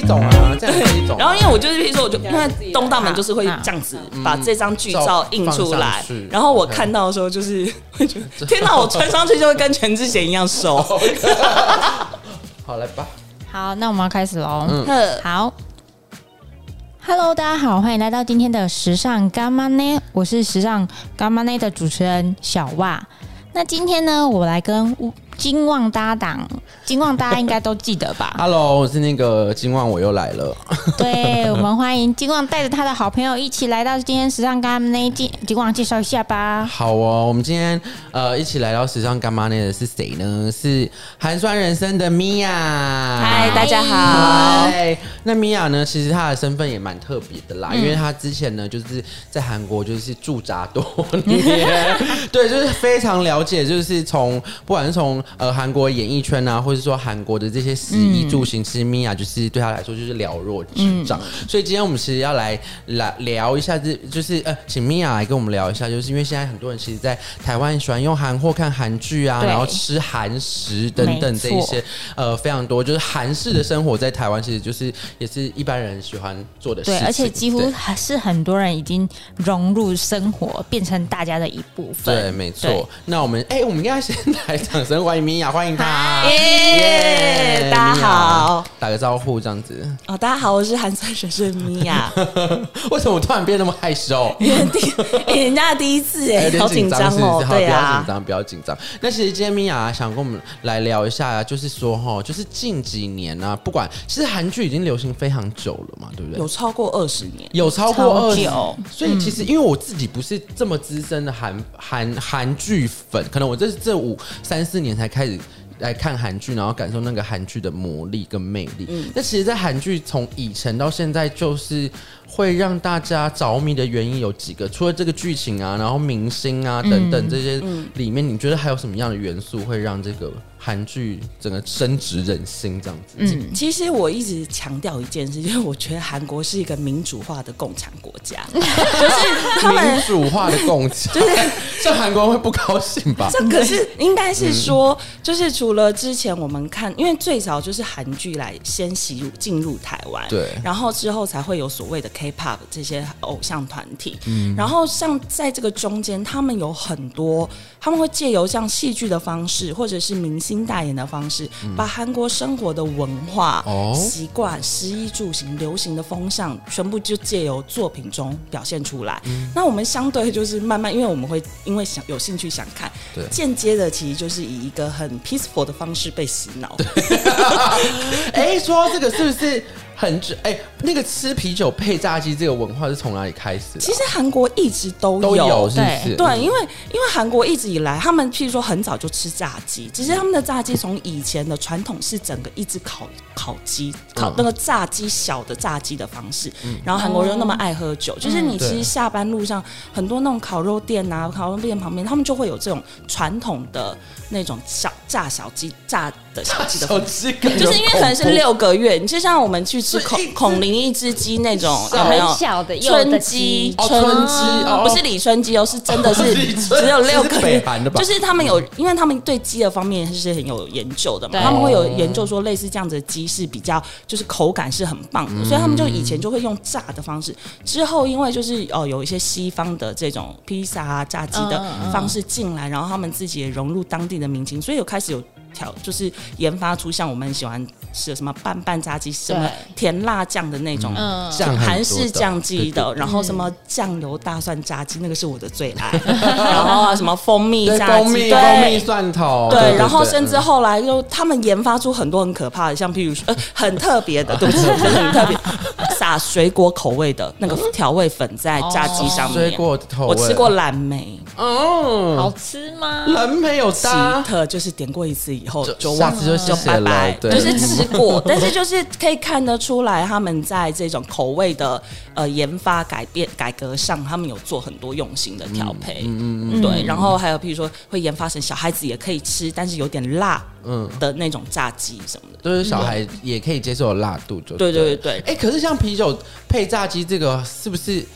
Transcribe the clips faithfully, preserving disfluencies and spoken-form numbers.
种啊，这样也是一种、啊。 然后因为我就是，比如说，我就因为东大门就是会这样子把这张剧照印出来，嗯、然后我看到的时候就是会觉得，天哪，我穿上去就会跟全智贤一样瘦。 好，来吧。 好，那我们要开始喽。嗯，好。Hello， 大家好，欢迎来到今天的时尚干妈呢，我是时尚干妈呢的主持人小袜。那今天呢，我来跟金旺搭档，金旺大家应该都记得吧 ？Hello， 我是那个金旺，我又来了。 对，我们欢迎金旺带着他的好朋友一起来到今天时尚干妈呢，金金旺介绍一下吧。 好哦，我们今天呃一起来到时尚干妈呢的是谁呢？是寒酸人生的米娅。 嗨，大家好。 嗨，那米娅呢，其实她的身份也蛮特别的啦，嗯、因为她之前呢就是在韩国就是驻扎多年，对，就是非常了解，就是从不管是从呃，韩国演艺圈啊，或者说韩国的这些食衣住行，其实米娅就是对她来说就是了若指掌。嗯、所以今天我们其实要来来聊一下，这就是呃，请米娅来跟我们聊一下，就是因为现在很多人其实，在台湾喜欢用韩货看韩剧啊，然后吃韩食等等这一些呃非常多，就是韩式的生活在台湾其实就是也是一般人喜欢做的事情。 对，而且几乎还是很多人已经融入生活，变成大家的一部分。 对，没错。那我们哎、欸，我们应该先来掌声欢迎米娅，欢迎她！ 耶、yeah, ，大家好， 打个招呼这样子。 哦，大家好，我是寒酸人生的米娅。 为什么我突然变那么害羞？ 因为第、欸、人家的第一次哎、欸，好紧张哦。 对啊， 不要紧张，不要紧张。那其实今天米娅想跟我们来聊一下，就是说哈，就是近几年啊，不管其实韩剧已经流行非常久了嘛，对不对？ 有超过二十年， 有超过二十。所以其实因为我自己不是这么资深的韩韩韩剧粉，可能我这这五三四年才开始来看韩剧，然后感受那个韩剧的魔力跟魅力。嗯，那其实，在韩剧从以前到现在，就是会让大家着迷的原因有几个，除了这个剧情啊，然后明星啊等等这些里面，你觉得还有什么样的元素会让这个韩剧整个深植人心这样子？ 嗯，其实我一直强调一件事，就是我觉得韩国是一个民主化的共产国家，就是他们民主化的共产，就是这韩国人会不高兴吧？ 这可是应该是说，嗯、就是除了之前我们看，因为最早就是韩剧来先袭入进入台湾， 对， 然后之后才会有所谓的 K-pop 这些偶像团体，嗯，然后像在这个中间，他们有很多，他们会借由像戏剧的方式，或者是明星代言的方式，嗯、把韩国生活的文化、哦、习惯、食衣住行、流行的风向，全部就借由作品中表现出来。嗯、那我们相对就是慢慢，因为我们会因为想有兴趣想看，间接的其实就是以一个很 peaceful 的方式被洗脑。 哎、欸，说到这个是不是？很哎、欸，那个吃啤酒配炸鸡这个文化是从哪里开始的、啊？ 其实韩国一直都有， 都有是不是？ 对，对，因为因为韩国一直以来，他们譬如说很早就吃炸鸡，只是他们的炸鸡从以前的传统是整个一直烤烤鸡，烤那个炸鸡小的炸鸡的方式。嗯、然后韩国人又那么爱喝酒，嗯、就是你其实下班路上很多那种烤肉店啊、烤肉店旁边，他们就会有这种传统的那种小炸小鸡、炸的小鸡的方式，就是因为可能是六个月，你就像我们去。是孔孔林一只鸡那种，有没有？ 小的春鸡，春鸡哦，不是李春鸡哦，是真的是只有六个月。就是他们有，因为他们对鸡的方面是很有研究的嘛，他们会有研究说类似这样子的鸡是比较就是口感是很棒的，所以他们就以前就会用炸的方式。之后因为就是哦有一些西方的这种披萨啊炸鸡的方式进来，然后他们自己也融入当地的民情，所以有开始有。就是研发出像我们喜欢吃的什么拌拌炸鸡，什么甜辣酱的那种韩式酱鸡的，然后什么酱油大蒜炸鸡，那个是我的最爱。然后啊，什么蜂蜜炸鸡， 蜂蜜蜂蜜蒜头， 对，然后甚至后来就他们研发出很多很可怕的，像譬如说、呃、很特别的，对不起，很特别，撒水果口味的那个调味粉在炸鸡上面， 水果口味， 我吃过蓝莓， 哦，好吃吗？ 蓝莓有搭， 奇特，就是点过一次以后就下次就就拜拜，就是吃过，但是就是可以看得出来，他们在这种口味的呃研发、改变、改革上，他们有做很多用心的调配，嗯嗯嗯，对。然后还有譬如说，会研发成小孩子也可以吃，但是有点辣的那种炸鸡什么的， 就是小孩也可以接受的辣度就， 对对对对。 哎、欸，可是像啤酒配炸鸡这个，是不是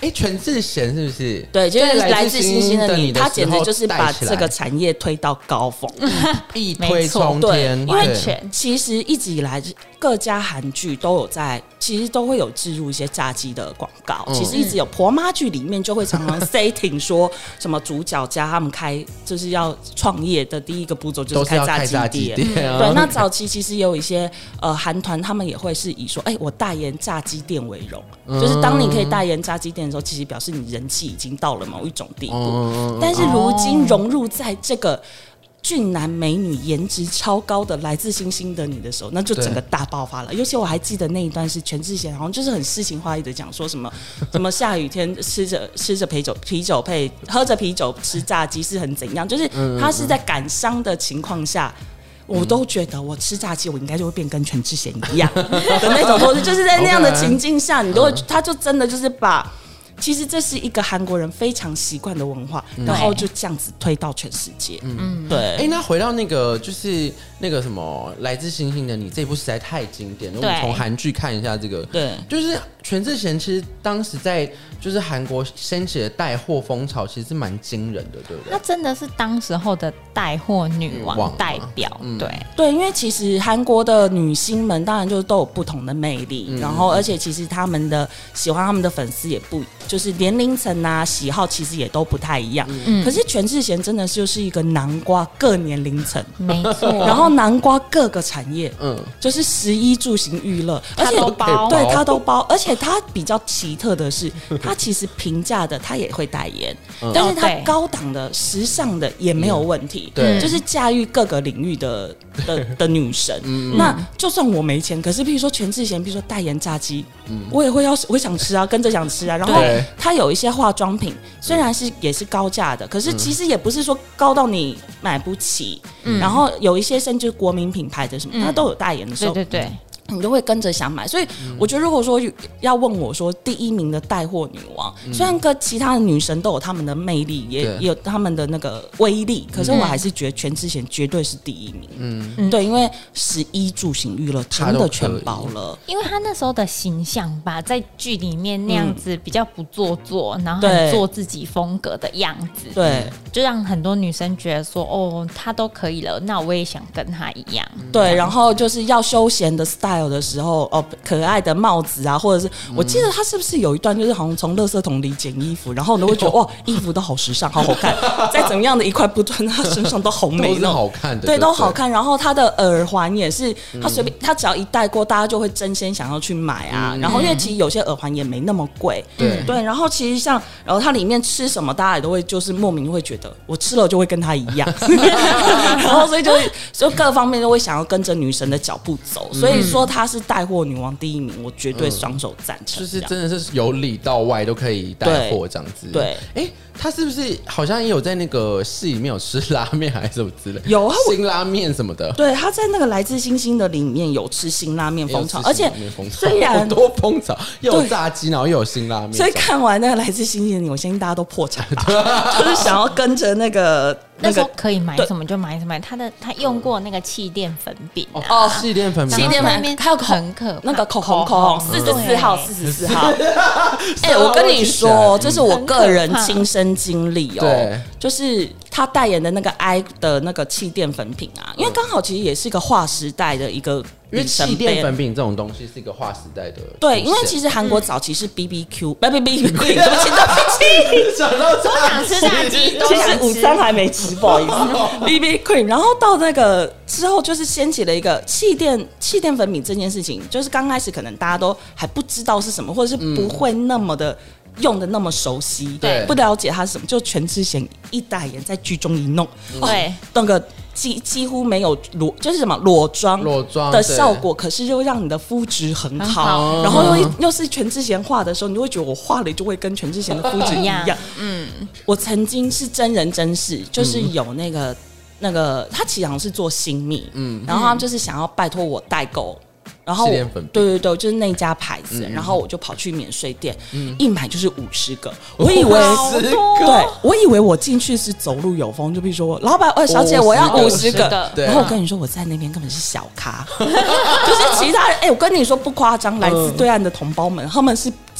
哎，全智贤是不是？ 对，就是来自星星的你，他简直就是把这个产业推到高峰， 一推冲天。 因为其实一直以来各家韩剧都有在，其实都会有置入一些炸鸡的广告。嗯、其实一直有婆妈剧里面就会常常 setting 说什么主角家他们开就是要创业的第一个步骤就是开炸鸡店。 店啊、 对，那早期其实也有一些呃韩团他们也会是以说，哎、欸，我代言炸鸡店为荣，嗯、就是当你可以代言炸鸡店的时候，其实表示你人气已经到了某一种地步。嗯、但是如今融入在这个俊男美女颜值超高的来自星星的你的时候，那就整个大爆发了。尤其我还记得那一段是全智贤好像就是很诗情画意的讲说什么什么下雨天吃着吃着啤酒啤酒配喝着啤酒吃炸鸡是很怎样，就是他是在感伤的情况下。我都觉得我吃炸鸡，我应该就会变跟全智贤一样的那种东西，就是在那样的情境下，你都会，他就真的就是把。其实这是一个韩国人非常习惯的文化，嗯、然后就这样子推到全世界。嗯，对。 哎、欸，那回到那个，就是那个什么《来自星星的你》这部实在太经典了。我们从韩剧看一下这个， 对， 就是全智贤其实当时在就是韩国掀起的带货风潮，其实是蛮惊人的，对不对？ 她真的是当时候的带货女王代表，嗯、对对，因为其实韩国的女星们当然就是都有不同的魅力，嗯、然后而且其实他们的喜欢他们的粉丝也不。就是年龄层啊，喜好其实也都不太一样。嗯，可是全智贤真的就是一个南瓜各年龄层， 没错。 然后南瓜各个产业，嗯，就是食衣住行娱乐， 他都包， 对他都包。而且他比较奇特的是，他其实平价的他也会代言，嗯、但是他高档的、时尚的也没有问题。 对， 就是驾驭各个领域的的的女神。嗯、那就算我没钱，可是譬如说全智贤，譬如说代言炸鸡，嗯、我也会要，我也想吃啊，跟着想吃啊，然后。它有一些化妆品，虽然是也是高价的，可是其实也不是说高到你买不起。嗯、然后有一些甚至国民品牌的什么，它、嗯、都有代言的时候， 对对对。 你就会跟着想买，所以我觉得，如果说要问我说第一名的带货女王，嗯、虽然跟其他的女神都有她们的魅力，也也有她们的那个威力，可是我还是觉得全智贤绝对是第一名。嗯，对，因为食衣住行娱乐真的全包了， 因为她那时候的形象吧，在剧里面那样子比较不做作，嗯、然后很做自己风格的样子， 对， 就让很多女生觉得说，哦，她都可以了，那我也想跟她一样。 对，然后就是要休闲的 style。的时候哦，可爱的帽子啊，或者是、嗯、我记得他是不是有一段就是好像从垃圾桶里捡衣服，然后呢会觉得哇，衣服都好时尚，好好看，再怎么样的一块布穿他身上都好美， 都是好看的， 对，都好看。然后他的耳环也是，他随便、嗯、他只要一戴过，大家就会争先想要去买啊。嗯、然后因为其实有些耳环也没那么贵，对、嗯、对。然后其实像，然后它里面吃什么，大家也都会就是莫名会觉得我吃了就会跟他一样，然后所以就会所以各方面都会想要跟着女神的脚步走，所以说。她是带货女王第一名，我绝对双手赞成、嗯。 就是真的是由里到外都可以带货这样子。 对， 哎、欸，她是不是好像也有在那个戏里面有吃拉面还是什么之类？ 有啊， 辛拉面什么的。 对，她在那个来自星星的里面有吃辛拉面风潮，而且虽然好多风潮，又有炸鸡，然后又有辛拉面。 所以看完那个来自星星的你，我相信大家都破产吧，就是想要跟着那个。 那时候可以买什么就买什么，他的他用过那个气垫粉饼、啊、 哦，气垫粉饼， 气垫粉饼还有很可那个口红，口红四十四号，四十四号。哎、欸，我跟你说，这是我个人亲身经历哦，对，就是他代言的那个 I 的那个气垫粉饼啊，因为刚好其实也是一个划时代的一个。 因为气垫粉饼这种东西是一个划时代的， 对，因为其实韩国早期是 B B Q， 不 B B Q， 对不起，对不起， 想到都想吃炸鸡， 其实午餐还没吃，不好意思 ，B B Q， 然后到那个之后就是掀起了一个气垫气垫粉饼这件事情，就是刚开始可能大家都还不知道是什么，或者是不会那么的。用的那么熟悉，对，不了解它是什么，就全智贤一代言在剧中一弄，对、哦，那个几几乎没有裸，就是什么裸妆裸妆的效果，可是又让你的肤质很好，很好然后又、嗯、又是全智贤画的时候，你就会觉得我画了就会跟全智贤的肤质一样。嗯，我曾经是真人真事，就是有那个、嗯、那个他其实好像是做新秘，嗯，然后他们就是想要拜托我代购。然后对对对，就是那家牌子，嗯、然后我就跑去免税店，嗯、一买就是五十个，我以为对，我以为我进去是走路有风，就比如说老板，呃，小姐我要五十个，然后我跟你说我在那边根本是小咖，就是其他人，哎、欸，我跟你说不夸张，来自对岸的同胞们，他们是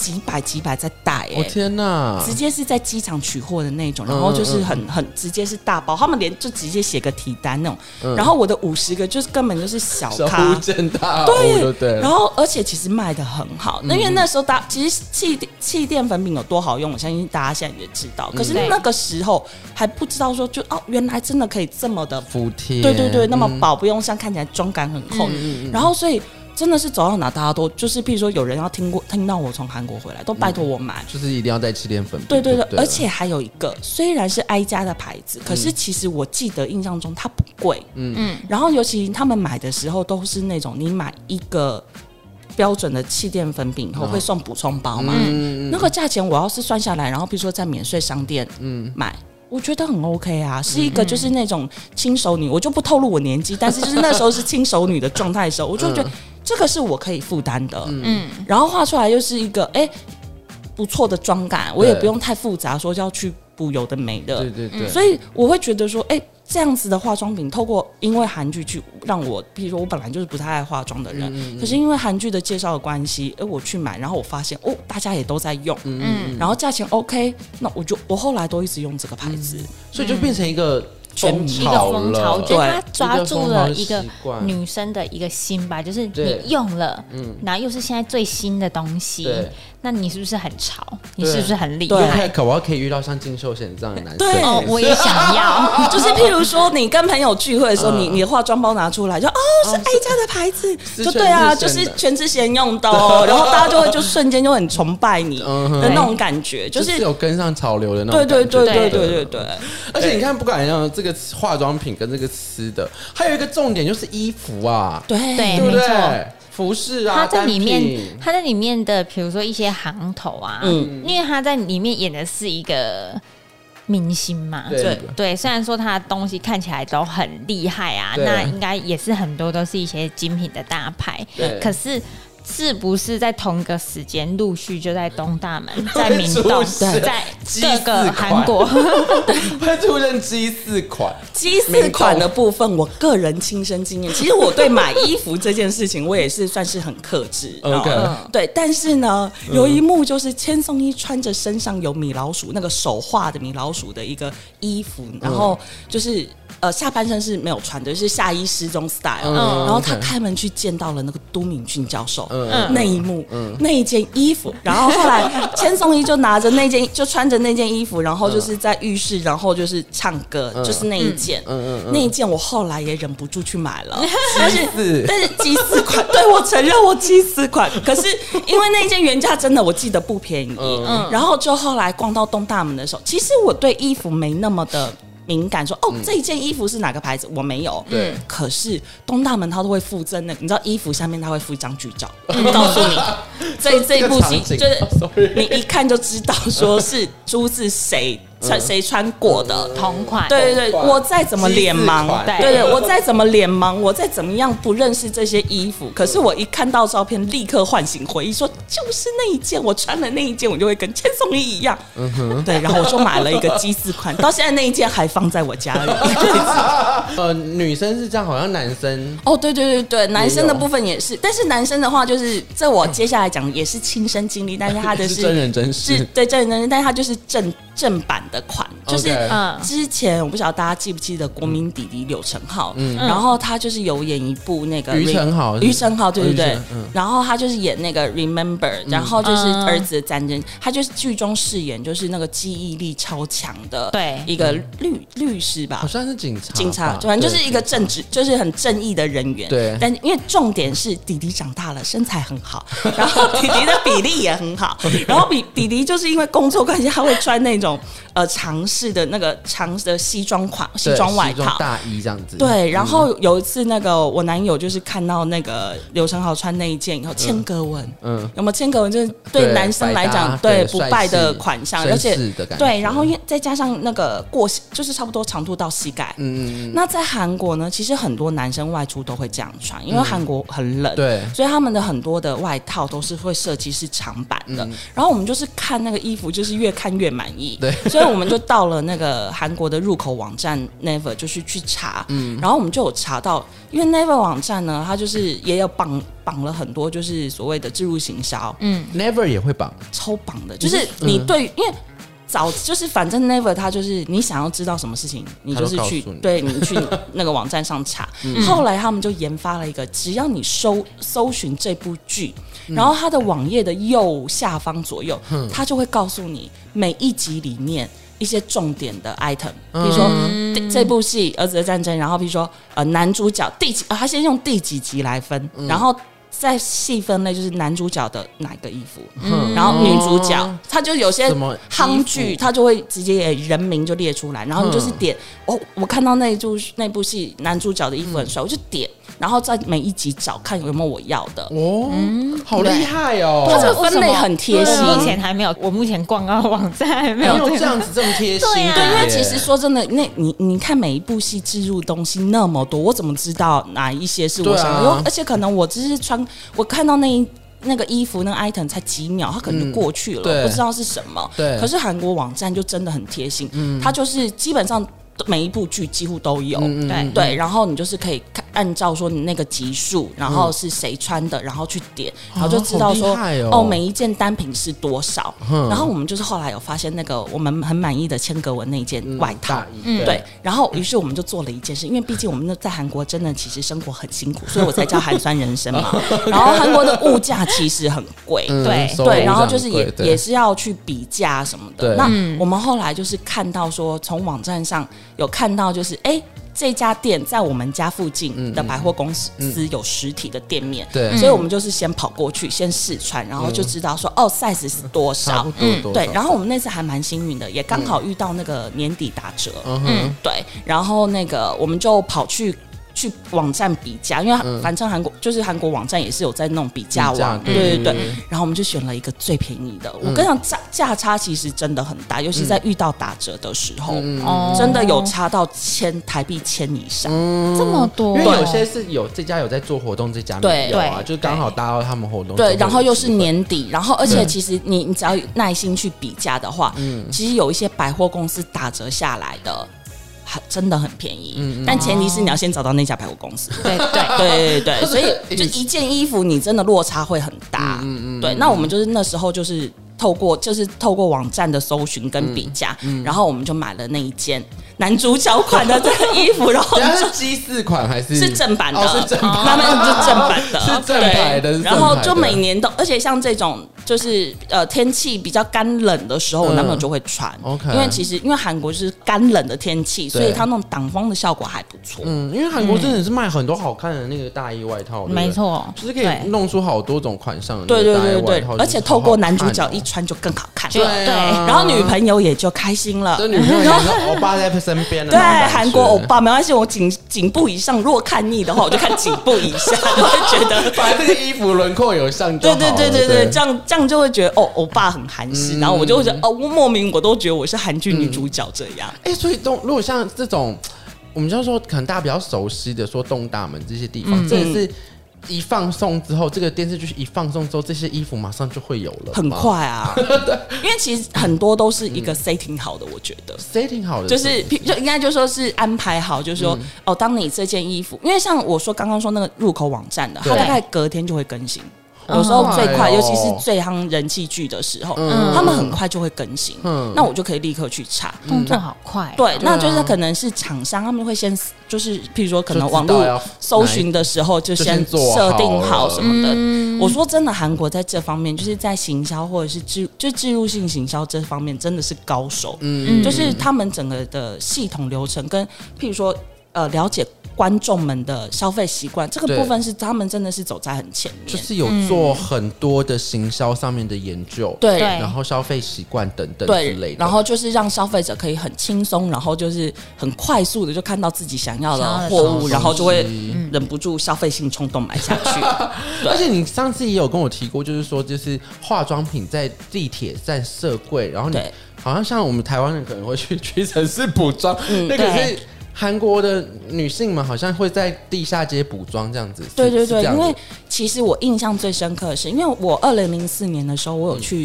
几百几百在带、欸， 我、哦、天哪！ 直接是在机场取货的那种，然后就是很很直接是大包，他们连就直接写个提单那种，嗯、然后我的五十个就是根本就是小咖， 小大对对， 然后而且其实卖的很好，嗯、因为那时候大其实气气垫粉饼有多好用，我相信大家现在也知道，可是那个时候还不知道说就哦原来真的可以这么的服帖， 对对对，那么薄，不用像看起来妆感很厚，嗯、然后所以。真的是走到哪大家都就是，譬如说有人要听过听到我从韩国回来，都拜托我买、嗯， 就是一定要带气垫粉饼。 对对 对, 对，而且还有一个，虽然是哀家的牌子，可是其实我记得印象中它不贵，嗯嗯。然后尤其他们买的时候都是那种，你买一个标准的气垫粉饼以后会送补充包嘛，嗯嗯、那个价钱我要是算下来，然后譬如说在免税商店买。嗯我觉得很 OK 啊，是一个就是那种轻熟女，我就不透露我年纪，但是就是那时候是轻熟女的状态的时候，我就觉得这个是我可以负担的，嗯，然后画出来又是一个哎、欸、不错的妆感，我也不用太复杂，说要去补有的没的， 对对对， 所以我会觉得说，哎、欸。这样子的化妆品，透过因为韩剧去让我，比如说我本来就是不太爱化妆的人，嗯嗯、可是因为韩剧的介绍的关系，哎，我去买，然后我发现哦，大家也都在用，嗯，然后价钱 OK， 那我就我后来都一直用这个牌子，嗯、 所以就变成一个。 全一个风潮，我觉得他抓住了一个女生的一个心吧，就是你用了，嗯，然后又是现在最新的东西，那你是不是很潮？你是不是很厉害？ 可我可以遇到像金秀贤这样的男生， 对， 哦，我也想要。 就是譬如说，你跟朋友聚会的时候，你你的化妆包拿出来，就哦是 A 家的牌子，就对啊，就是全智贤用的哦，然后大家就会就瞬间就很崇拜你的那种感觉，就是有跟上潮流的那种感觉， 对对对对对对对。 而且你看，不管让这个化妆品跟这个吃的，还有一个重点就是衣服啊， 对对， 对不对？ 服饰啊， 他在里面，他在里面的，比如说一些行头啊，嗯，因为他在里面演的是一个明星嘛，对对，虽然说他的东西看起来都很厉害啊，那应该也是很多都是一些精品的大牌，可是。是不是在同一个时间陆续就在东大门、在明洞、在各个韩国会出现 G 四款 ？G 四款的部分，我个人亲身经验，其实我对买衣服这件事情，我也是算是很克制。 OK，、嗯、 对，但是呢，有一幕就是千颂伊穿着身上有米老鼠那个手画的米老鼠的一个衣服，然后就是。呃，下半身是没有穿的，就是下衣失踪 style、嗯。然后他开门去见到了那个都敏俊教授，嗯、那一幕、嗯，那一件衣服。然后后来千颂伊就拿着那件，就穿着那件衣服，然后就是在浴室，然后就是唱歌，嗯、就是那一件。嗯嗯嗯、那一件我后来也忍不住去买了，但是但是 G 四款，对我承认我 G 四款，可是因为那一件原价真的我记得不便宜。嗯、然后就后来逛到东大门的时候，其实我对衣服没那么的。敏感说哦、嗯，这一件衣服是哪个牌子？我没有。 对， 可是东大门他都会附赠那个，你知道衣服下面他会附一张剧照，告诉你这这一部戏就是你一看就知道说是出自谁。穿谁穿过的同款？ 对对对，我再怎么脸盲，对对，我再怎么脸盲，我再怎么样不认识这些衣服，可是我一看到照片，立刻唤醒回忆，说就是那一件，我穿的那一件，我就会跟千颂伊一样。嗯哼，对，然后我就买了一个 G 四款，到现在那一件还放在我家里。 呃，女生是这样，好像男生哦，对对对对，男生的部分也是，但是男生的话，就是这我接下来讲也是亲身经历，但是他的是真人真事， 对真人真事，但是他就是正正版。的款就是之前我不晓得大家记不记得国民弟弟柳承浩，嗯，然后他就是有演一部那个于承浩， 于承浩对对对，嗯，然后他就是演那个 Remember， 然后就是儿子的战争，他就是剧中饰演就是那个记忆力超强的， 对， 一个律律师吧， 好像是警察， 警察，反正就是一个正直，就是很正义的人员， 对， 但因为重点是弟弟长大了，身材很好，然后弟弟的比例也很好，然后比弟弟就是因为工作关系，他会穿那种。呃，长式的那个长的西装款、西装外套、 大衣这样子。 对，然后有一次那个我男友就是看到那个柳承浩穿那一件以后，千格纹，嗯，有没有千格纹？就是对男生来讲，对不败的款项，而且对，然后再加上那个过，就是差不多长度到膝盖。嗯嗯。那在韩国呢，其实很多男生外出都会这样穿，因为韩国很冷， 对， 所以他们的很多的外套都是会设计是长版的。然后我们就是看那个衣服，就是越看越满意。 题，对，所以我们就到了那个韩国的入口网站 Naver， 就是去查，嗯，然后我们就有查到，因为 Naver 网站呢，它就是也有绑绑了很多就是所谓的置入行销， 嗯 ，Naver 也会绑， 超绑的，就是你对，嗯、因为。早就是反正 Naver 它就是你想要知道什么事情，你就是去你对你去那个网站上查。嗯、后来他们就研发了一个，只要你搜搜寻这部剧，嗯、然后它的网页的右下方左右，嗯、它就会告诉你每一集里面一些重点的 item， 比如说、嗯、这部戏《儿子的战争》，然后比如说呃男主角第几，呃、他先用第几集来分，嗯、然后。再细分类就是男主角的哪个衣服，嗯、然后女主角，他就有些夯剧，他就会直接人名就列出来，然后你就是点，哦，我看到那一部那部戏男主角的衣服很帅，嗯、我就点，然后在每一集找看有没有我要的。 哦，嗯、好厉害哦！ 他这个分类很贴心。 目前还没有，我目前广告网站还没有这样子这么贴心。 对、啊，因为其实说真的，那你你看每一部戏置入东西那么多，我怎么知道哪一些是我想要用？啊、而且可能我只是穿。我看到那一那个衣服那个 item 才几秒，它可能就过去了，嗯、不知道是什么。对，可是韩国网站就真的很贴心，嗯、它就是基本上每一部剧几乎都有，嗯、对对，然后你就是可以看按照说你那个集数，然后是谁穿的，然后去点，然后就知道说、哦哦、每一件单品是多少。嗯、然后我们就是后来有发现那个我们很满意的千格纹那件外套，嗯、对，然后于是我们就做了一件事，因为毕竟我们在韩国真的其实生活很辛苦，所以我才叫寒酸人生嘛。然后韩国的物价其实很贵，嗯、对对，然后就是也也是要去比价什么的。那我们后来就是看到说从网站上有看到就是哎。欸这家店在我们家附近的百货公司有实体的店面，嗯、所以我们就是先跑过去，先试穿，然后就知道说、嗯、哦 size 是多少， 嗯， 对。然后我们那次还蛮幸运的，也刚好遇到那个年底打折，嗯，对。然后那个我们就跑去。去网站比价，因为反正韩国、嗯、就是韩国网站也是有在弄比价网，对对对。然后我们就选了一个最便宜的。嗯、我跟你讲，价价差其实真的很大，尤其在遇到打折的时候，嗯、真的有差到千台币千以上，嗯、 这么多。 因为有些是有这家有在做活动，这家没有啊，就刚好搭到他们活动。 对，然后又是年底，然后而且其实你你只要有耐心去比价的话，嗯、其实有一些百货公司打折下来的。真的很便宜，嗯、但前提是你要先找到那家百货公司。对对对对对，所以就一件衣服你真的落差会很大。嗯嗯，对，那我们就是那时候就是透过就是透过网站的搜寻跟比价，嗯嗯、然后我们就买了那一件男主角款的这个衣服，然后是基四款还是是正版的？ 哦、是正版， 他们是正版的， 是正牌的。 然后就每年都，而且像这种就是呃天气比较干冷的时候，我男朋友就会穿。嗯、因为其实因为韩国就是干冷的天气，所以它那种挡风的效果还不错。 嗯，因为韩国真的是卖很多好看的那个大衣外套， 没错， 就是可以弄出好多种款式的对对对对，而且透过男主角一穿就更好看。对对，然后女朋友也就开心了。 就女朋友也是欧巴在身边的。 对，韩国欧巴没关系，我颈颈部以上，如果看腻的话，我就看颈部以下，就会觉得反正这个衣服轮廓有上就好了。 对对对对对，这样这样就会觉得哦，欧巴很韩式，嗯、然后我就会觉得哦，莫名我都觉得我是韩剧女主角这样。 哎、嗯欸，所以东如果像这种，我们就说可能大家比较熟悉的，说东大门这些地方，嗯、真的是。一放送之后，这个电视剧一放送之后，这些衣服马上就会有了， 很快啊！因为其实很多都是一个 setting 好的，我觉得 setting 好的就是就应该就说是安排好，就是说、嗯、哦，当你这件衣服，因为像我说刚刚说那个入口网站的，它大概隔天就会更新。有时候最快，尤其是最夯人气剧的时候，嗯、他们很快就会更新，嗯、那我就可以立刻去查， 动作好快。 对，那就是可能是厂商他们会先，就是譬如说可能网络搜寻的时候就先设定好什么的。嗯、我说真的，韩国在这方面，就是在行销或者是置就置入性行销这方面，真的是高手。嗯，就是他们整个的系统流程跟譬如说呃了解。观众们的消费习惯这个部分是他们真的是走在很前面， 就是有做很多的行销上面的研究，对、嗯，然后消费习惯等等之类的， 然后就是让消费者可以很轻松，然后就是很快速的就看到自己想要的货物，然后就会忍不住消费性冲动买下去。 而且你上次也有跟我提过，就是说就是化妆品在地铁站设柜，然后你好像像我们台湾人可能会去屈臣氏补妆，嗯、那可是。韩国的女性们好像会在地下街补妆这样子， 对对对，因为其实我印象最深刻的是，因为我二零零四年的时候，我有去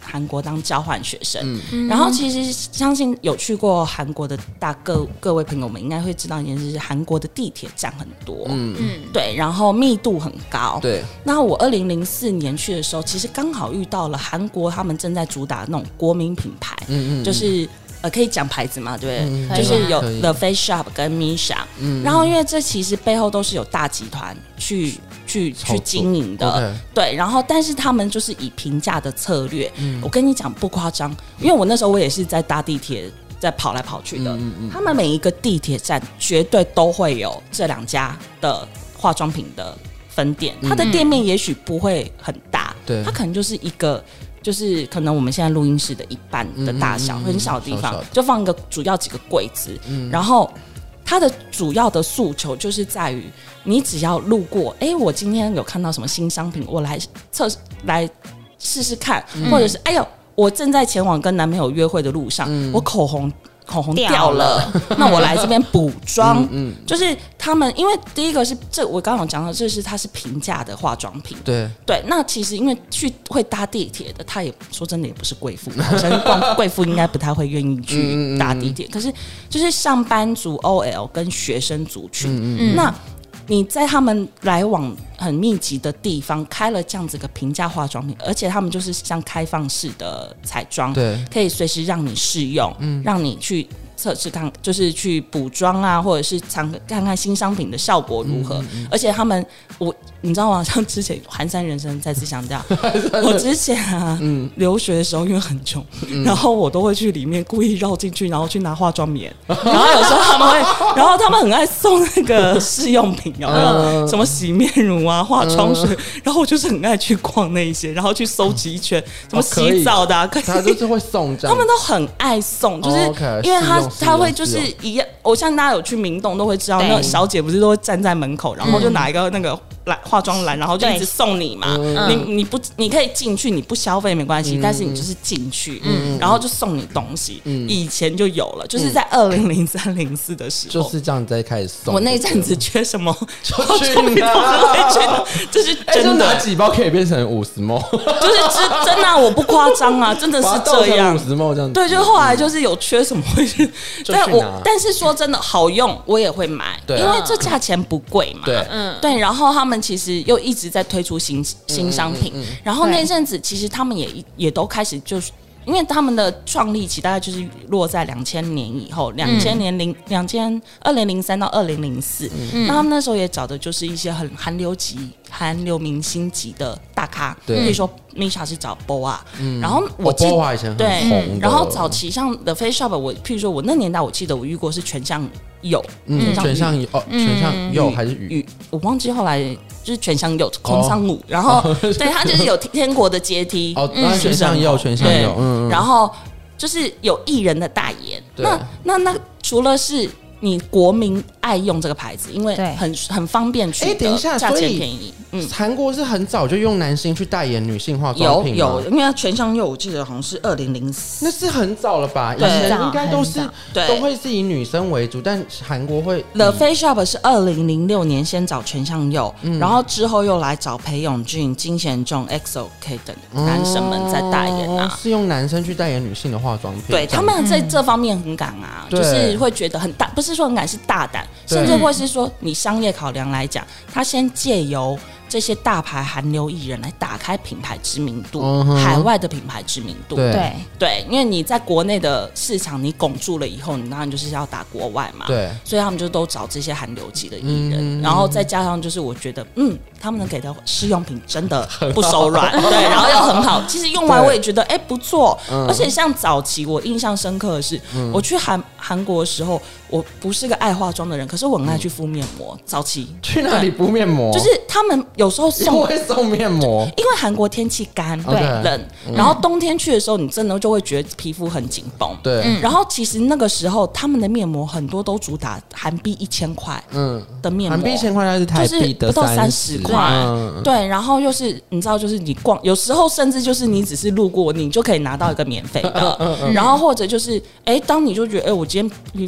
韩国当交换学生。嗯、然后其实相信有去过韩国的大各各位朋友们应该会知道一件事，是韩国的地铁站很多，嗯嗯，对，然后密度很高， 对。 那我二零零四年去的时候，其实刚好遇到了韩国他们正在主打那种国民品牌，嗯嗯，就是呃可以讲牌子嘛，对不对？嗯、就是有 The Face Shop 跟 Misha，嗯，然后因为这其实背后都是有大集团去。去去经营的， okay. 对，然后但是他们就是以平价的策略，嗯、我跟你讲不夸张，因为我那时候我也是在搭地铁在跑来跑去的，嗯嗯、他们每一个地铁站绝对都会有这两家的化妆品的分店，它的店面也许不会很大，对，它可能就是一个。就是可能我们现在录音室的一半的大小，嗯嗯嗯很小的地方，小小的就放一个主要几个柜子，嗯、然后它的主要的诉求就是在于，你只要路过，哎，我今天有看到什么新商品，我来测来试试看，嗯、或者是哎呦，我正在前往跟男朋友约会的路上，嗯、我口红。口红掉了，那我来这边补妆。嗯嗯，就是他们，因为第一个是这，我刚刚讲到，这是它是平价的化妆品。对对，那其实因为去会搭地铁的，他也说真的也不是贵妇，好像光贵妇应该不太会愿意去搭地铁。嗯嗯嗯可是就是上班族 O L 跟学生族群，嗯嗯嗯那。你在他们来往很密集的地方开了这样子个平价化妆品，而且他们就是像开放式的彩妆，对，可以随时让你试用，嗯，让你去测试看，就是去补妆啊，或者是尝看看新商品的效果如何。嗯嗯而且他们，我你知道吗？像之前寒山人生再次强调，我之前啊，嗯、留学的时候因为很穷，嗯、然后我都会去里面故意绕进去，然后去拿化妆棉，然后有时候他们会，然后他们很爱送那个试用品。有没有什么洗面乳啊、化妆水？嗯、然后我就是很爱去逛那一些，然后去搜集一圈，什么洗澡的、啊，可以他就是会送这样， 他们都很爱送，就是因为他他会就是一样。我像大家有去明洞都会知道，那个小姐不是都会站在门口，然后就拿一个那个篮化妆篮，然后就一直送你嘛。嗯、你你不你可以进去，你不消费没关系，嗯、但是你就是进去，嗯、然后就送你东西。嗯、以前就有了，就是在二零零三零四的时候， 就是这样在开始送。 我那阵子缺什么？ 就去拿， 这是真的。 拿几包可以变成五十毛， 就是真真的、啊，我不夸张啊，真的是这样。 五十毛这样子。 对，就后来就是有缺什么会去，但我但是说真的好用，我也会买，因为这价钱不贵嘛。对，嗯，对。然后他们其实又一直在推出新新商品，嗯嗯嗯嗯、然后那阵子其实他们也也都开始就是。因为他们的创立期大概就是落在两千年以后，两千年零两千二零零三到二零零四，那他们那时候也找的就是一些很韩流级、韩流明星级的大咖，比如说 Misha 是找 B O A，、嗯、然后我记得、 哦、以前很对， 红然后早期像 The Face Shop， 我譬如说我那年代我记得我遇过是全相佑， 嗯，全相佑哦，全相佑还是宇， 我忘记后来就是全相佑空桑舞，然后对他就是有天国的阶梯， 哦，全相佑全相佑，嗯。 然后就是有艺人的代言，那那那除了是你国民爱用这个牌子，因为很很方便取得， 等一下， 价钱便宜。 嗯，韩国是很早就用男星去代言女性化妆品吗？ 有有，因为全相佑我记得好像是二零零四， 那是很早了吧？以前应该都是都会是以女生为主，但韩国会。 The Face Shop 是二零零六年先找全相佑，嗯、然后之后又来找裴勇俊、金贤重、X O K 等男生们在代言啊、 哦，是用男生去代言女性的化妆品。 对，他们在这方面很敢啊，嗯、就是会觉得很大，不是说很敢，是大胆，甚至会是说你商业考量来讲，他先借由。这些大牌韩流艺人来打开品牌知名度，嗯、海外的品牌知名度， 对对，因为你在国内的市场你拱住了以后，你当然就是要打国外嘛，对，所以他们就都找这些韩流级的艺人，嗯、然后再加上就是我觉得，嗯，他们能给的试用品真的不手软，对，然后又很好，其实用完我也觉得哎、欸、不错，嗯、而且像早期我印象深刻的是，嗯、我去韩韩国的时候，我不是个爱化妆的人，可是我很爱去敷面膜，嗯、早期去哪里敷面膜？ 就是他们。有时候送会送面膜， 因为韩国天气干、对冷，然后冬天去的时候，你真的就会觉得皮肤很紧绷。对，然后其实那个时候他们的面膜很多都主打韩币一千块的面膜， 韩币一千块那是台币的不到三十块。对，然后又是你知道，就是你逛，有时候甚至就是你只是路过，你就可以拿到一个免费的。然后或者就是，哎，当你就觉得，哎，我今天皮肤干干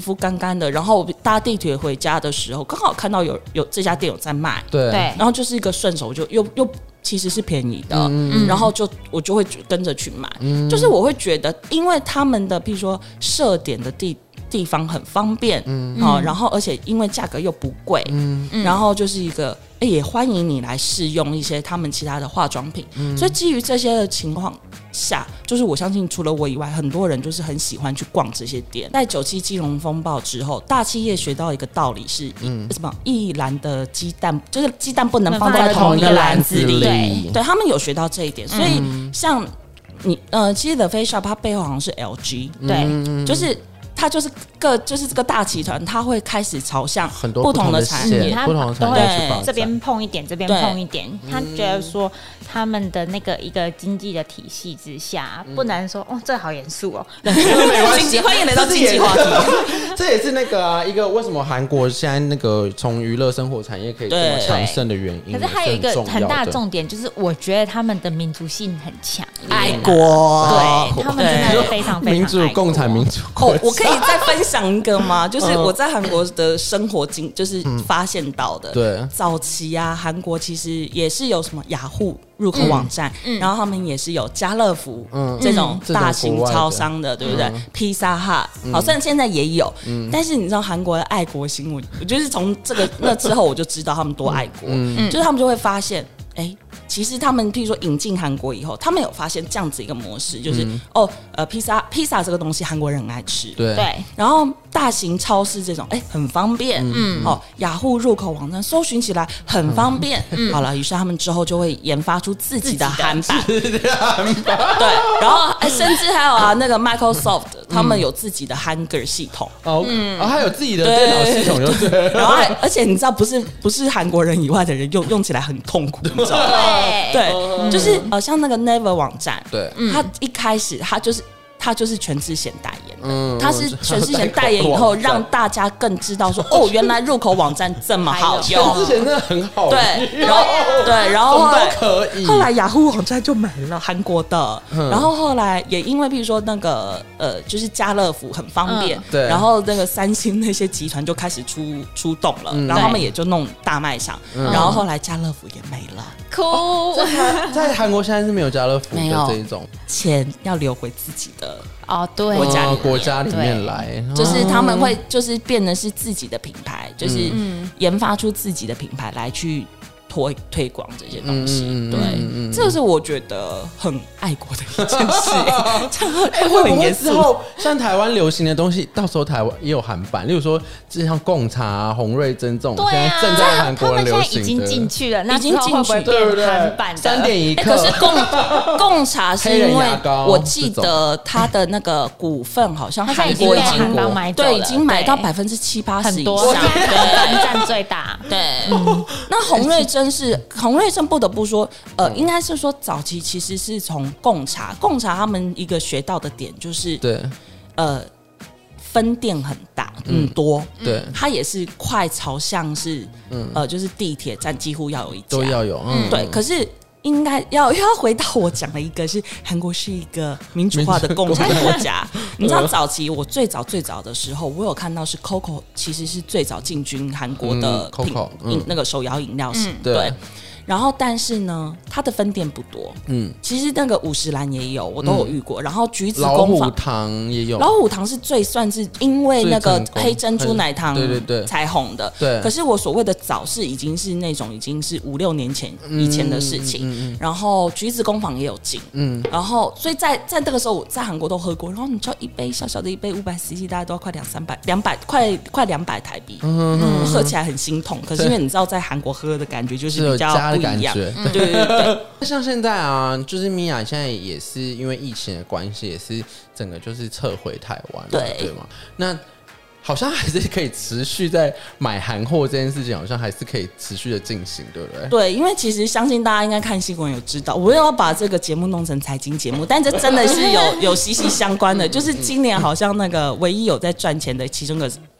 单的，然后搭地铁回家的时候，刚好看到有有这家店有在卖， 对， 然后就是一个顺手就又又其实是便宜的，嗯、然后就我就会跟着去买，嗯、就是我会觉得，因为他们的比如说设点的地。地方很方便，嗯，好，然后而且因为价格又不贵，嗯，然后就是一个，欸、也欢迎你来试用一些他们其他的化妆品，嗯，所以基于这些的情况下，就是我相信除了我以外，很多人就是很喜欢去逛这些店。在九七金融风暴之后，大企业学到一个道理是，嗯，什么一篮的鸡蛋，就是鸡蛋不能放在同一个篮子里，对，对他们有学到这一点，所以像你呃，其实 The Face Shop 它背后好像是 L G， 对，就是。它就是个就是这个大集团，它会开始朝向很多不同的产业， 不同的产业去发展， 这边碰一点，这边碰一点。他觉得说他们的那个一个经济的体系之下，不能说哦，这好严肃哦。 没关系， 欢迎来到经济话题。 这也是那个啊，一个为什么韩国现在那个从娱乐生活产业可以这么强盛的原因。 可是还有一个很大的重点，就是我觉得他们的民族性很强， 爱国， 对他们真的非常非常民主共产民主国家。 我可以再分享一个吗？就是我在韩国的生活经，就是发现到的。对，早期啊，韩国其实也是有什么雅虎入口网站，嗯、然后他们也是有家乐福、嗯、这种大型超商的，对不对？披萨哈，好，虽然现在也有，嗯、但是你知道韩国的爱国心，我我就是从这个那之后，我就知道他们多爱国，嗯、就是他们就会发现，哎、欸。其实他们譬如说引进韩国以后，他们有发现这样子一个模式，就是、嗯、哦，呃，披萨披萨这个东西韩国人很爱吃， 对， 然后大型超市这种，哎，很方便，嗯，哦，雅虎入口网站搜寻起来很方便，嗯，好了，于是他们之后就会研发出自己的韩版，对，然后哎，甚至还有啊，那个 Microsoft 他们有自己的 Hanger 系统， 哦，嗯，然后还有自己的电脑系统，就对， 然后还而且你知道，不是不是韩国人以外的人用用起来很痛苦，你知道吗？对，嗯、就是呃，像那个 Never 网站，对，他一开始他就是他就是全智贤代言的，嗯、他是全智贤代言以后，让大家更知道说，哦，原来入口网站这么好用， 全智贤真的很好， 对，然后对，然后后来可以， 后来雅虎网站就买了韩国的，嗯、然后后来也因为比如说那个呃，就是家乐福很方便，嗯、对，然后那个三星那些集团就开始出出动了，嗯、然后他们也就弄大卖场，嗯、然后后来家乐福也没了。 哭， 在韩国现在是没有家乐福的这一种， 钱要留回自己的哦，对， 国家里面、 哦、国家里面来， 就是他们会就是变得是自己的品牌，就是研发出自己的品牌来去推推广这些东西，嗯、对，嗯、这是我觉得很爱国的一件事。这样会很严肃。 之后像台湾流行的东西，到时候台湾也有韩版，例如说，就像贡茶、啊、洪瑞珍这种， 对啊、 现在正在韩国人流行的， 已经进去了，那已经进去， 对不对？韩版三点一克。 可是贡贡茶是因为我记得它的那个股份好像韩国已经买对已经买到百分之七八十以上， 对，占最大。 对，嗯、那洪瑞珍。真是洪瑞珍不得不说，呃，应该是说早期其实是从贡茶，贡茶他们一个学到的点就是，对，呃，分店很大，很多，嗯、对，它也是快朝向是，嗯、呃，就是地铁站几乎要有一家， 都要有，嗯， 对，可是。应该要要回到我讲的一个是韩国是一个民主化的共产国家。你知道早期我最早最早的时候，我有看到是 Coco 其实是最早进军韩国的品、嗯嗯、那个手摇饮料是、嗯、对。然后，但是呢，它的分店不多。嗯，其实那个五十岚也有，我都有遇过。嗯、然后橘子工坊、 老虎堂也有。 老虎堂是最算是因为那个黑珍珠奶糖对对对才红的。对。可是我所谓的早市已经是那种已经是五六年前以前的事情。嗯嗯嗯、然后橘子工坊也有进。嗯。然后，所以在在那个时候，我在韩国都喝过。然后你知道一杯小小的一杯五百 C C， 大概都要快两三百，两百快快两百台币。嗯嗯。喝起来很心痛。可是因为你知道，在韩国喝的感觉就是比较。 感觉对对对对，像现在啊，就是米娅现在也是因为疫情的关系，也是整个就是撤回台湾，对对吗？那好像还是可以持续在买韩货这件事情，好像还是可以持续的进行，对不对？ 对，因为其实相信大家应该看新闻有知道，我要把这个节目弄成财经节目，但这真的是有有息息相关的，就是今年好像那个唯一有在赚钱的其中一个。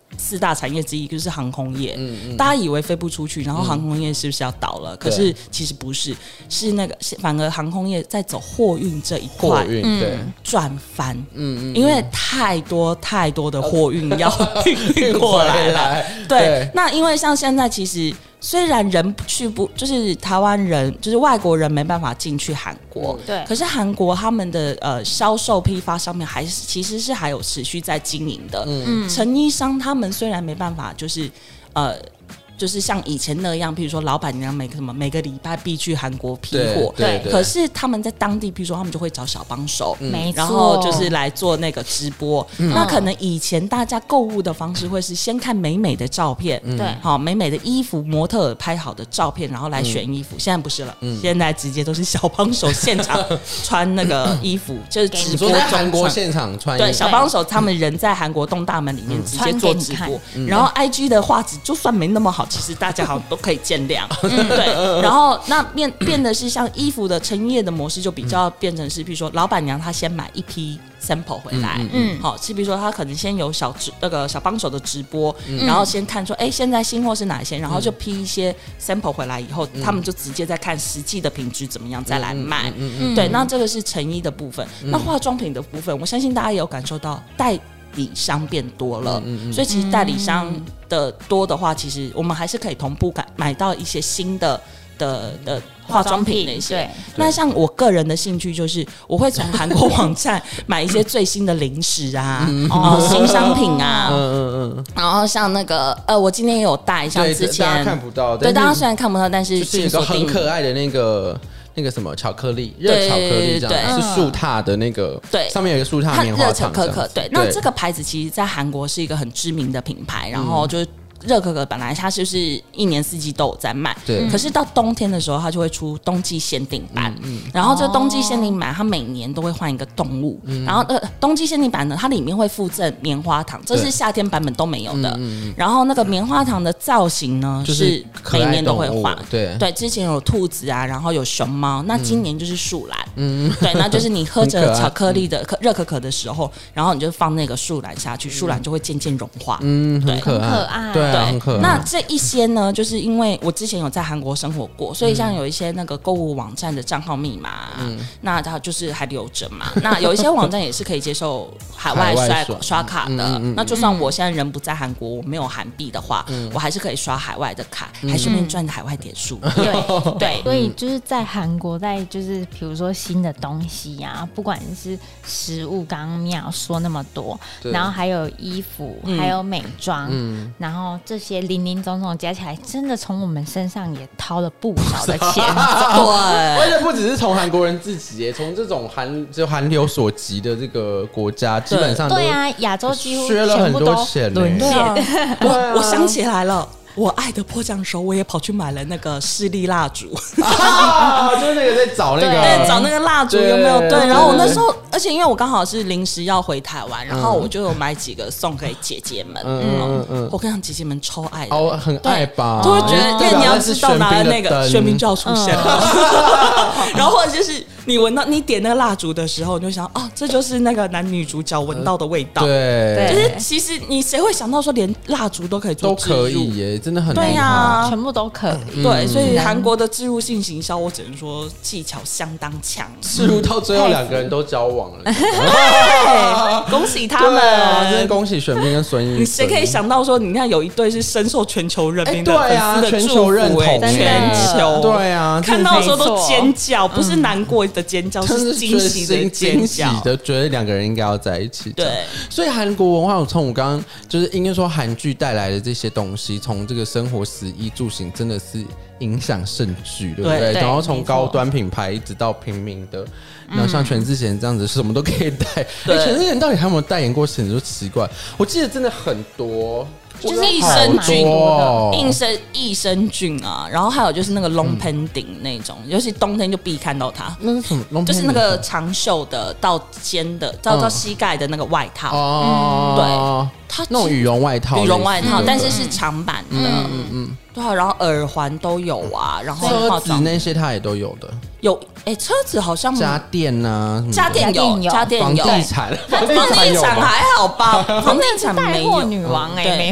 四大产业之一就是航空业，嗯嗯，大家以为飞不出去，然后航空业是不是要倒了？嗯、可是其实不是，是那个反而航空业在走货运这一块， 货运对赚翻，嗯嗯，因为太多太多的货运要运过来了，对, 对。那因为像现在其实。虽然人去不就是台湾人，就是外国人没办法进去韩国， 嗯、对。 可是韩国他们的呃销售批发上面还是其实是还有持续在经营的。嗯，成衣商他们虽然没办法，就是呃。就是像以前那样，比如说老板娘每个什么每个礼拜必去韩国批货， 对，对可是他们在当地，比如说他们就会找小帮手， 嗯、 然后就是来做那个直播。嗯、那可能以前大家购物的方式会是先看美美的照片， 对、嗯， 好美美的衣服，模特拍好的照片，然后来选衣服。嗯、现在不是了，嗯、现在直接都是小帮手现场穿那个衣服，就是直播在韩国现场穿衣服。 对，小帮手他们人在韩国东大门里面直接做直播，嗯、然后 I G 的画质就算没那么好，其实大家好像都可以见谅，嗯、对。然后那变变的是像衣服的成业的模式，就比较变成是，比如说老板娘她先买一批 sample 回来，嗯，好，是比如说她可能先有小直那个小帮手的直播，嗯、然后先看说，哎，现在新货是哪些，然后就批一些 sample 回来以后，嗯、他们就直接再看实际的品质怎么样，再来卖，嗯嗯嗯、对。那这个是成衣的部分，嗯、那化妆品的部分，我相信大家也有感受到代理商变多了，嗯嗯嗯、所以其实代理商的多的话，其实我们还是可以同步买到一些新的的的化妆品那些。对，那像我个人的兴趣就是，我会从韩国网站买一些最新的零食啊，哦，新商品啊，嗯嗯嗯。然后像那个呃，我今天也有带，像之前大家看不到， 对，大家虽然看不到，但是就是一个很可爱的那个。那个什么巧克力，热巧克力这样是树踏的那个，对，上面有一个树踏棉花糖， 热可可，对。那这个牌子其实在韩国是一个很知名的品牌，然后就是。热可可本来它就是一年四季都有在卖，对。可是到冬天的时候，它就会出冬季限定版，嗯嗯、然后这冬季限定版它每年都会换一个动物，嗯、然后呃冬季限定版呢，它里面会附赠棉花糖，这是夏天版本都没有的。嗯、然后那个棉花糖的造型呢，是每年都会换，对对。之前有兔子啊，然后有熊猫，那今年就是树懒，嗯，对，那就是你喝着巧克力的热可可的时候，然后你就放那个树懒下去，树懒就会渐渐融化， 嗯， 对， 很可爱，对。 对，那这一些呢，就是因为我之前有在韩国生活过，所以像有一些那个购物网站的账号密码、啊，嗯、那它就是还留着嘛。那有一些网站也是可以接受海外刷刷卡的。嗯嗯、那就算我现在人不在韩国，我没有韩币的话，嗯、我还是可以刷海外的卡，嗯、还顺便赚海外点数。嗯、对对， 所以就是在韩国，在就是比如说新的东西啊，不管是食物，刚刚妙说那么多，然后还有衣服，嗯、还有美妆，嗯、然后这些。零零总总加起来，真的从我们身上也掏了不少的钱。 对， 而且不只是从韩国人自己耶，从这种韩就韩流所及的这个国家，基本上对啊，亚洲几乎削了很多钱。 沦陷。 我我想起来了。我爱的迫降手，我也跑去买了那个士力蜡烛， 啊、就是那个在找那个， 对，找那个蜡烛有没有？对，然后我那时候，而且因为我刚好是临时要回台湾，然后我就有买几个送给姐姐们。嗯嗯嗯，我跟你讲，姐姐们超爱的， 哦，很爱吧？ 就会觉得，因为你要知道拿了那个玄彬就要出现了，然后或者就是你闻到你点那个蜡烛的时候，你就想，哦，这就是那个男女主角闻到的味道。 对， 就是其实你谁会想到说连蜡烛都可以做植入？ 都可以耶。真的很厉害， 对啊， 全部都可以。 对，所以韩国的置入性行销，我只能说技巧相当强。 置入到最后两个人都交往了， 恭喜他们！ 真的恭喜玄彬跟孙艺珍。 你谁可以想到说，你看有一对是深受全球人民的粉丝的全球认同， 全球对啊， 看到的时候都尖叫，不是难过的尖叫，是惊喜的尖叫的，觉得两个人应该要在一起。 对， 所以韩国文化，从我刚刚就是应该说韩剧带来的这些东西，从这个生活食衣住行真的是影响甚巨，对不对？对，然后从高端品牌一直到平民的，然后像全智贤这样子，什么都可以带。哎，全智贤到底还有没有代言过什么？就奇怪，我记得真的很多。 就是益生菌，益生益生菌啊，然后还有就是那个 long pending 那种，嗯、尤其冬天就必看到它。 那是什么 long pending？ 就是那个长袖的到肩的到到膝盖的那个外套。 哦、嗯， 对，它那种羽绒外套， 羽绒外套，但是是长版的。嗯嗯嗯。对啊，然后耳环都有啊，然后车子那些它也都有的。 有哎、欸，车子好像家电啊， 家电有，家电有， 房地产， 房地产还好吧？房地产没有。 女王哎、欸，没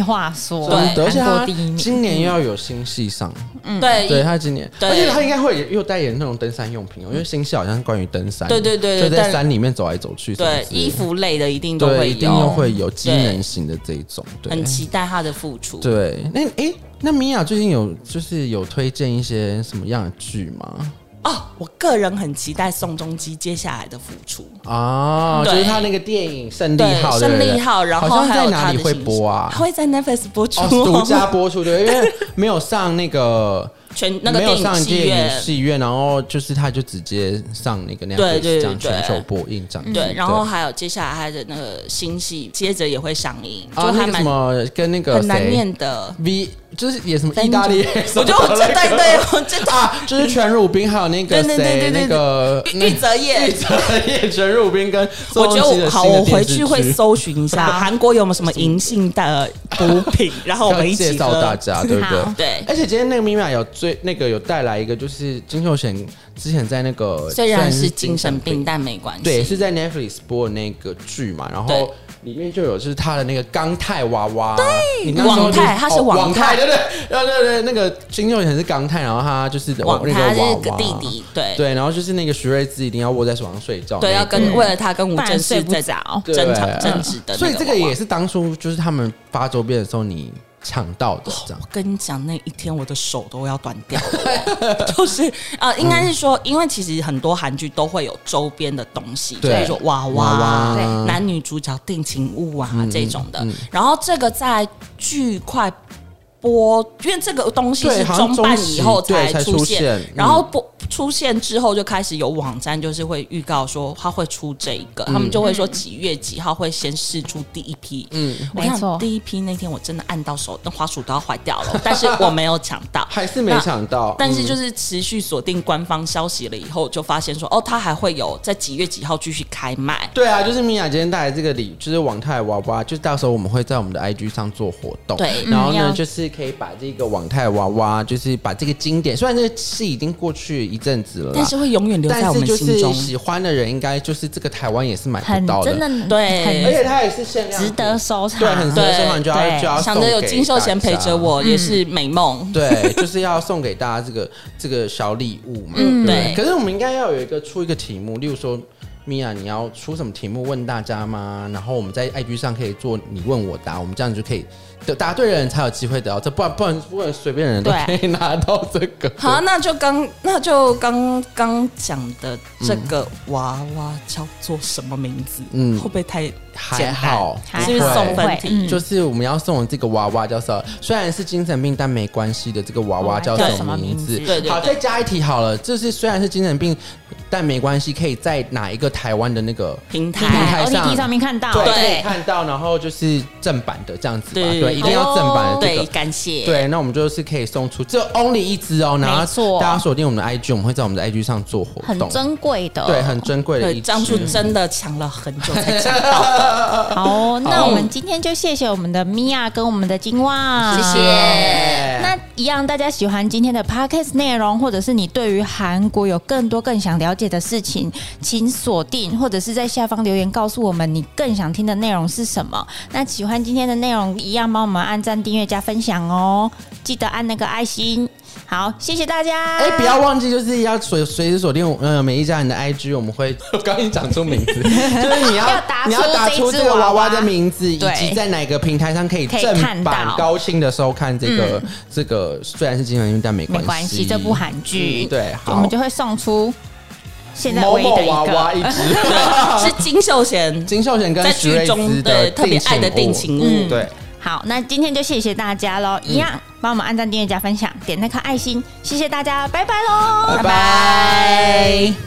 话说， 对，而且他第一名今年又要有新戏上， 嗯，对， 对他今年， 对而且他应该会又代言那种登山用品哦，因为新戏好像是关于登山， 对对对， 就在山里面走来走去， 对，衣服类的一定都会有， 一定又会有机能型的这一种，对， 很期待他的复出。 对，那哎，那米娅最近有就是有推荐一些什么样的剧吗？ 哦，我个人很期待宋仲基接下来的复出哦，就是他那个电影《胜利号》， 胜利号，然后好像在哪里会播啊？ 会在 Netflix 播出， 独家播出，对，因为没有上那个。 全那个电影戏院， 戏院，然后就是他就直接上那个那样对对这样全球播映这样。 对，然后还有接下来他的那个新戏，接着也会上映， 就还什么跟那个很难念的 V， 就是演什么意大利， 我就我对对对，我知道啊，就是全汝彬还有那个谁，那个玉泽演， 玉泽演全汝彬跟我觉得好，我回去会搜寻一下韩国有没有什么银杏的补品，然后我们一起介绍大家，对不对？ 对， 而且今天那个咪咪有最那个有带来一个，就是金秀贤之前在那个虽然是精神病，但没关系， 对，是在 Netflix 播的那个剧嘛，然后里面就有就是他的那个钢泰娃娃， 对，网泰，他是网泰， 对对对对对，那个金秀贤是钢泰，然后他就是网那个娃娃是个弟弟，对对，然后就是那个徐瑞姿一定要窝在床上睡觉， 对，要跟为了他跟吴正睡不在着争吵争执的， 所以这个也是当初就是他们发周边的时候你抢到的，这样。 我跟你讲，那一天我的手都要断掉了，就是呃，应该是说，因为其实很多韩剧都会有周边的东西，比如说娃娃、男女主角定情物啊这种的。然后这个在剧快播，因为这个东西是中半以后才出现，然后播。出现之后就开始有网站就是会预告说他会出这一个，嗯、他们就会说几月几号会先释出第一批。嗯，我看第一批那天我真的按到手，那滑鼠都要坏掉了，但是我没有抢到， 还是没抢到。 但是就是持续锁定官方消息了以后，就发现说哦，他还会有在几月几号继续开卖。 对啊，就是米娅今天带来这个礼，就是网泰娃娃，就是到时候我们会在我们的 I G 上做活动。 对， 然后呢，嗯、就是可以把这个网泰娃娃，就是把这个经典，虽然这个戏已经过去一阵子了， 但是会永远留在我们心中。 但是就是喜欢的人，应该就是这个台湾也是买不到的， 真的对， 而且它也是限量， 值得收藏， 对，很值得收藏，就要就要想着有金秀贤陪着我，也是美梦。 对，就是要送给大家这个这个小礼物嘛。 嗯，对。 可是我们应该要有一个出一个题目，例如说。米娅，你要出什么题目问大家吗？然后我们在 I G 上可以做你问我答，我们这样就可以答对的人才有机会得到这，不然不然不然随便人都可以拿到这个。 好，那就刚那就刚刚讲的这个娃娃叫做什么名字？嗯，会不会太还好？ 是不是送分题？ 嗯、就是我们要送的这个娃娃叫什么？虽然是精神病，但没关系的这个娃娃叫什么名字？ 对对对。 好，再加一题好了，就是虽然是精神病，但没关系，可以在哪一个台湾的那个平台平台 O T T 上面看到， 对，可以看到，然后就是正版的这样子吧，对，对一定要正版的、这个。 对，感谢。 对，那我们就是可以送出，只有 only 一支哦，然后大家锁定我们的 I G， 我们会在我们的 I G 上做活动， 很珍贵的， 对，很珍贵的一支。 当初真的抢了很久才抢到的。 好，那我们今天就谢谢我们的米娅跟我们的金旺， 谢谢。 那一样，大家喜欢今天的 podcast 内容，或者是你对于韩国有更多更想了解的事情，请锁定或者是在下方留言告诉我们你更想听的内容是什么。那喜欢今天的内容，一样帮我们按赞、订阅、加分享哦，记得按那个爱心。好，谢谢大家。 哎、欸，不要忘记，就是要随随时锁定呃每一家人的 I G， 我们会我刚刚讲出名字，就是你要要打你要打出这个娃娃的名字，以及在哪个平台上可以正版高清的收看这个、嗯、这个虽然是精神病，但没关系， 没关系，这部韩剧、 嗯、对， 我们就会送出。现在唯一的一个某某娃娃一只是金秀贤， 金秀贤跟徐瑞姿的特别爱的定情物， 嗯、对。 好，那今天就谢谢大家喽！一样帮我们按赞、订阅、加分享，点那颗爱心，谢谢大家，拜拜喽， 拜拜。